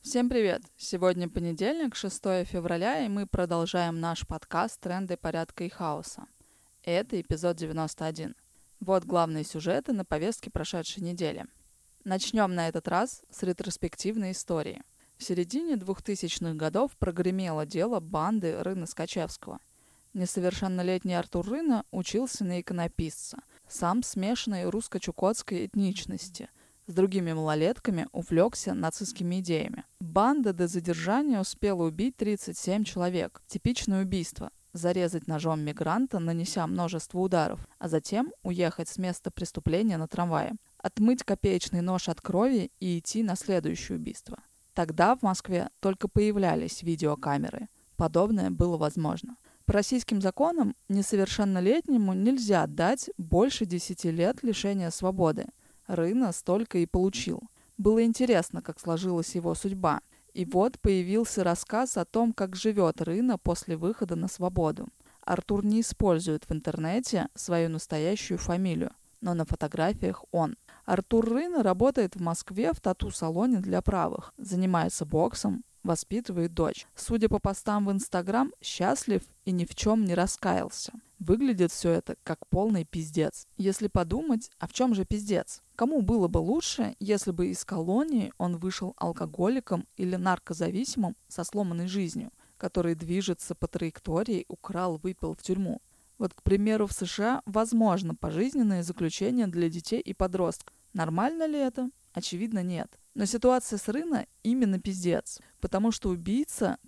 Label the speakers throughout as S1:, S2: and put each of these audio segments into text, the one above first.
S1: Всем привет! Сегодня понедельник, 6 февраля, и мы продолжаем наш подкаст «Тренды порядка и хаоса». Это эпизод 91. Вот главные сюжеты на повестке прошедшей недели. Начнем на этот раз с ретроспективной истории. В середине 2000-х годов прогремело дело банды Рына Скачевского. Несовершеннолетний Артур Рына учился на иконописца, сам смешанной русско-чукотской этничности – с другими малолетками увлекся нацистскими идеями. Банда до задержания успела убить 37 человек. Типичное убийство – зарезать ножом мигранта, нанеся множество ударов, а затем уехать с места преступления на трамвае, отмыть копеечный нож от крови и идти на следующее убийство. Тогда в Москве только появлялись видеокамеры. Подобное было возможно. По российским законам несовершеннолетнему нельзя дать больше 10 лет лишения свободы. Рына столько и получил. Было интересно, как сложилась его судьба. И вот появился рассказ о том, как живет Рына после выхода на свободу. Артур не использует в интернете свою настоящую фамилию, но на фотографиях он. Артур Рына работает в Москве в тату-салоне для правых, занимается боксом, воспитывает дочь. Судя по постам в Инстаграм, счастлив и ни в чем не раскаялся. Выглядит все это как полный пиздец. Если подумать, а в чем же пиздец? Кому было бы лучше, если бы из колонии он вышел алкоголиком или наркозависимым со сломанной жизнью, который движется по траектории, украл, выпил в тюрьму? Вот, к примеру, в США возможно пожизненное заключение для детей и подростков. Нормально ли это? Очевидно, нет. Но ситуация с Рына именно пиздец, потому что убийца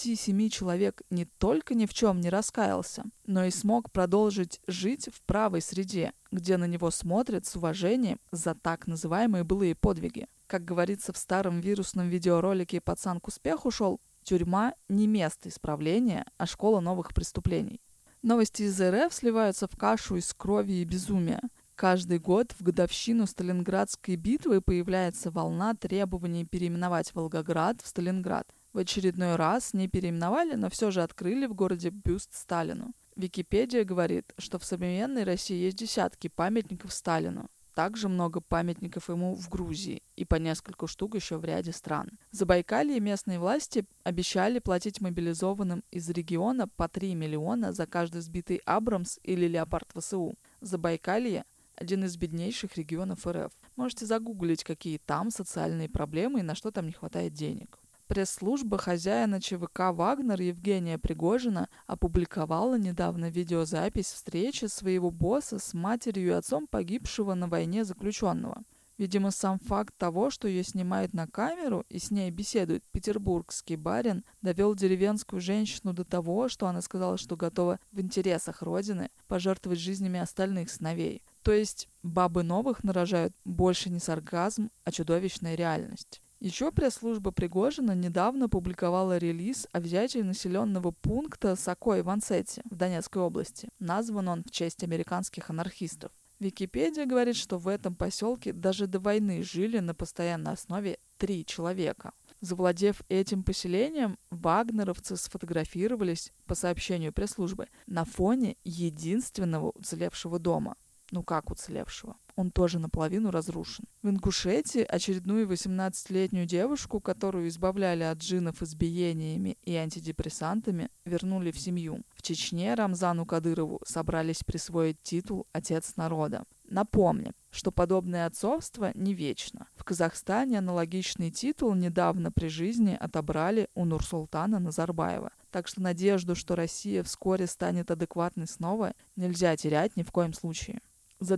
S1: 37 человек не только ни в чем не раскаялся, но и смог продолжить жить в правой среде, где на него смотрят с уважением за так называемые былые подвиги. Как говорится в старом вирусном видеоролике «Пацан к успеху шел», тюрьма не место исправления, а школа новых преступлений. Новости из РФ сливаются в кашу из крови и безумия. Каждый год в годовщину Сталинградской битвы появляется волна требований переименовать Волгоград в Сталинград. В очередной раз не переименовали, но все же открыли в городе бюст Сталину. Википедия говорит, что в современной России есть десятки памятников Сталину. Также много памятников ему в Грузии и по несколько штук еще в ряде стран. В Забайкалье местные власти обещали платить мобилизованным из региона по 3 миллиона за каждый сбитый Абрамс или Леопард ВСУ. Забайкалье – один из беднейших регионов РФ. Можете загуглить, какие там социальные проблемы и на что там не хватает денег. Пресс-служба хозяина ЧВК «Вагнер» Евгения Пригожина опубликовала недавно видеозапись встречи своего босса с матерью и отцом погибшего на войне заключенного. Видимо, сам факт того, что ее снимают на камеру и с ней беседует петербургский барин, довел деревенскую женщину до того, что она сказала, что готова в интересах Родины пожертвовать жизнями остальных сыновей. То есть бабы новых нарожают больше не сарказм, а чудовищная реальность. Еще пресс-служба Пригожина недавно публиковала релиз о взятии населенного пункта Сокой в Ансете в Донецкой области. Назван он в честь американских анархистов. Википедия говорит, что в этом поселке даже до войны жили на постоянной основе 3 человека. Завладев этим поселением, вагнеровцы сфотографировались, по сообщению пресс-службы, на фоне единственного уцелевшего дома. Ну как уцелевшего? Он тоже наполовину разрушен. В Ингушетии очередную 18-летнюю девушку, которую избавляли от джиннов избиениями и антидепрессантами, вернули в семью. В Чечне Рамзану Кадырову собрались присвоить титул «Отец народа». Напомним, что подобное отцовство не вечно. В Казахстане аналогичный титул недавно при жизни отобрали у Нурсултана Назарбаева. Так что надежду, что Россия вскоре станет адекватной снова, нельзя терять ни в коем случае. За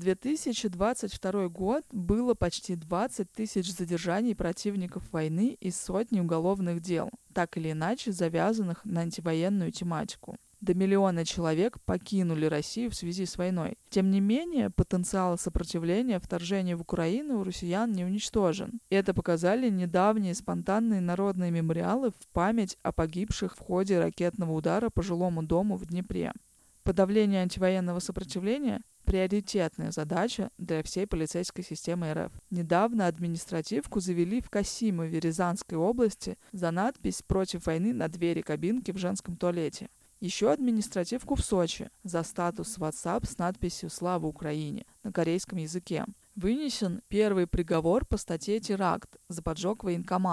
S1: 2022 год было почти 20 тысяч задержаний противников войны и сотни уголовных дел, так или иначе завязанных на антивоенную тематику. До 1 миллиона человек покинули Россию в связи с войной. Тем не менее, потенциал сопротивления вторжению в Украину у россиян не уничтожен. И это показали недавние спонтанные народные мемориалы в память о погибших в ходе ракетного удара по жилому дому в Днепре. Подавление антивоенного сопротивления – приоритетная задача для всей полицейской системы РФ. Недавно административку завели в Касимове Рязанской области за надпись «Против войны» на двери кабинки в женском туалете. Еще административку в Сочи за статус WhatsApp с надписью «Слава Украине» на корейском языке. Вынесен первый приговор по статье «Теракт» за поджог военкомата.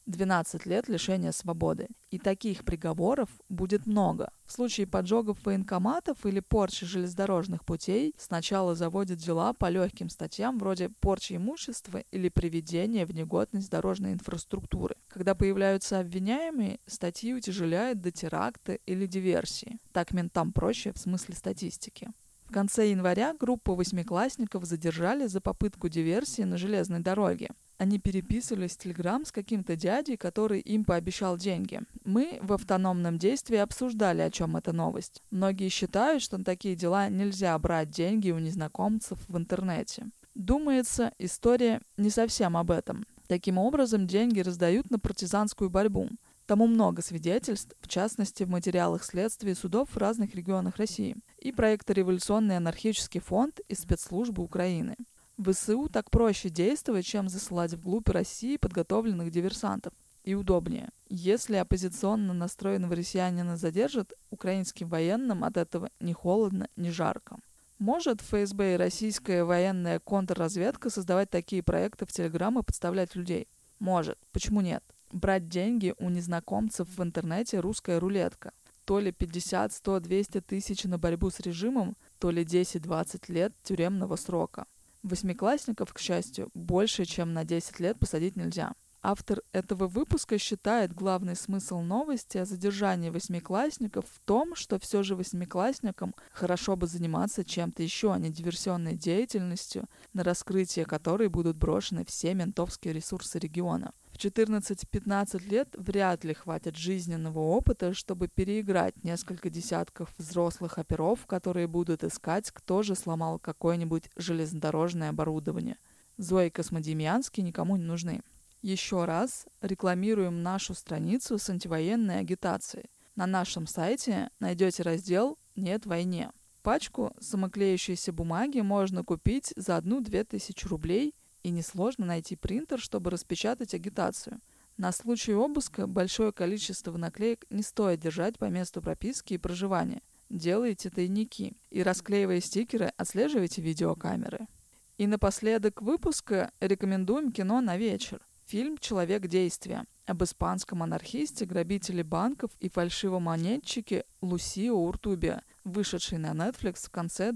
S1: 12 лет лишения свободы. И таких приговоров будет много. В случае поджогов военкоматов или порчи железнодорожных путей сначала заводят дела по легким статьям вроде порчи имущества или приведения в негодность дорожной инфраструктуры. Когда появляются обвиняемые, статьи утяжеляют до теракта или диверсии. Так ментам проще в смысле статистики. В конце января группу восьмиклассников задержали за попытку диверсии на железной дороге. Они переписывались в Телеграм с каким-то дядей, который им пообещал деньги. Мы в автономном действии обсуждали, о чем эта новость. Многие считают, что на такие дела нельзя брать деньги у незнакомцев в интернете. Думается, история не совсем об этом. Таким образом, деньги раздают на партизанскую борьбу. Тому много свидетельств, в частности, в материалах следствия и судов в разных регионах России. И проекта «Революционный анархический фонд» и спецслужбы Украины. В ВСУ так проще действовать, чем засылать вглубь России подготовленных диверсантов. И удобнее. Если оппозиционно настроенного россиянина задержат, украинским военным от этого ни холодно, ни жарко. Может ФСБ и российская военная контрразведка создавать такие проекты в Телеграм и подставлять людей? Может. Почему нет? Брать деньги у незнакомцев в интернете – русская рулетка. То ли 50, 100, 200 тысяч на борьбу с режимом, то ли 10-20 лет тюремного срока. Восьмиклассников, к счастью, больше, чем на 10 лет посадить нельзя. Автор этого выпуска считает главный смысл новости о задержании восьмиклассников в том, что все же восьмиклассникам хорошо бы заниматься чем-то еще, а не диверсионной деятельностью, на раскрытие которой будут брошены все ментовские ресурсы региона. В 14-15 лет вряд ли хватит жизненного опыта, чтобы переиграть несколько десятков взрослых оперов, которые будут искать, кто же сломал какое-нибудь железнодорожное оборудование. Зои Космодемьянский никому не нужны. Еще раз рекламируем нашу страницу с антивоенной агитацией. На нашем сайте найдете раздел «Нет войне». Пачку самоклеющейся бумаги можно купить за 1-2 тысячи рублей, и несложно найти принтер, чтобы распечатать агитацию. На случай обыска большое количество наклеек не стоит держать по месту прописки и проживания. Делайте тайники и, расклеивая стикеры, отслеживайте видеокамеры. И напоследок выпуска рекомендуем кино на вечер. Фильм «Человек действия» об испанском анархисте, грабителе банков и фальшивомонетчике Лусио Уртубиа, вышедший на Netflix в конце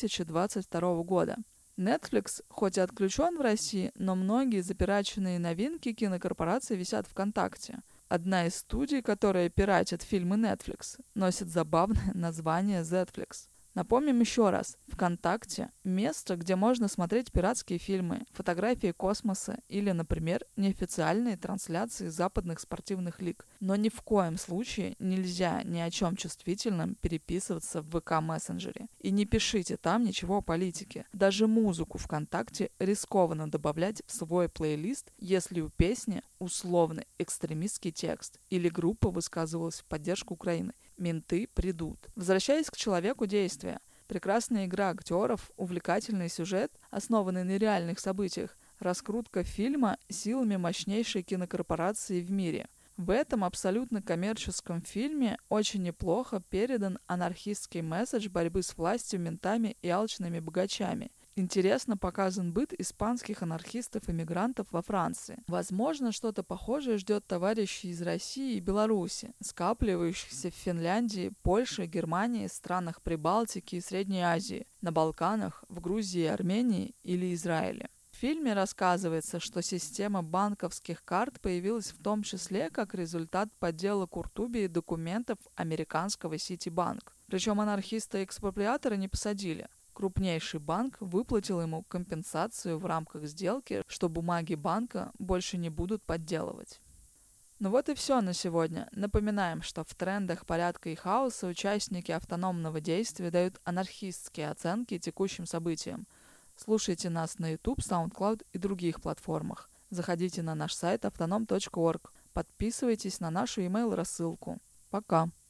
S1: 2022 года. Netflix хоть и отключен в России, но многие запираченные новинки кинокорпорации висят ВКонтакте. Одна из студий, которая пиратит фильмы Netflix, носит забавное название Zflix. Напомним еще раз, ВКонтакте – место, где можно смотреть пиратские фильмы, фотографии космоса или, например, неофициальные трансляции западных спортивных лиг. Но ни в коем случае нельзя ни о чем чувствительном переписываться в ВК-мессенджере. И не пишите там ничего о политике. Даже музыку ВКонтакте рискованно добавлять в свой плейлист, если у песни условный экстремистский текст или группа высказывалась в поддержку Украины. Менты придут. Возвращаясь к человеку действия. Прекрасная игра актеров, увлекательный сюжет, основанный на реальных событиях, раскрутка фильма силами мощнейшей кинокорпорации в мире. В этом абсолютно коммерческом фильме очень неплохо передан анархистский месседж борьбы с властью, ментами и алчными богачами. Интересно показан быт испанских анархистов-эмигрантов во Франции. Возможно, что-то похожее ждет товарищей из России и Беларуси, скапливающихся в Финляндии, Польше, Германии, странах Прибалтики и Средней Азии, на Балканах, в Грузии и Армении или Израиле. В фильме рассказывается, что система банковских карт появилась в том числе как результат подделок Уртубии документов американского Ситибанк. Причем анархиста-экспроприатора не посадили. Крупнейший банк выплатил ему компенсацию в рамках сделки, что бумаги банка больше не будут подделывать. Ну вот и все на сегодня. Напоминаем, что в трендах порядка и хаоса участники автономного действия дают анархистские оценки текущим событиям. Слушайте нас на YouTube, SoundCloud и других платформах. Заходите на наш сайт autonom.org. Подписывайтесь на нашу email-рассылку. Пока!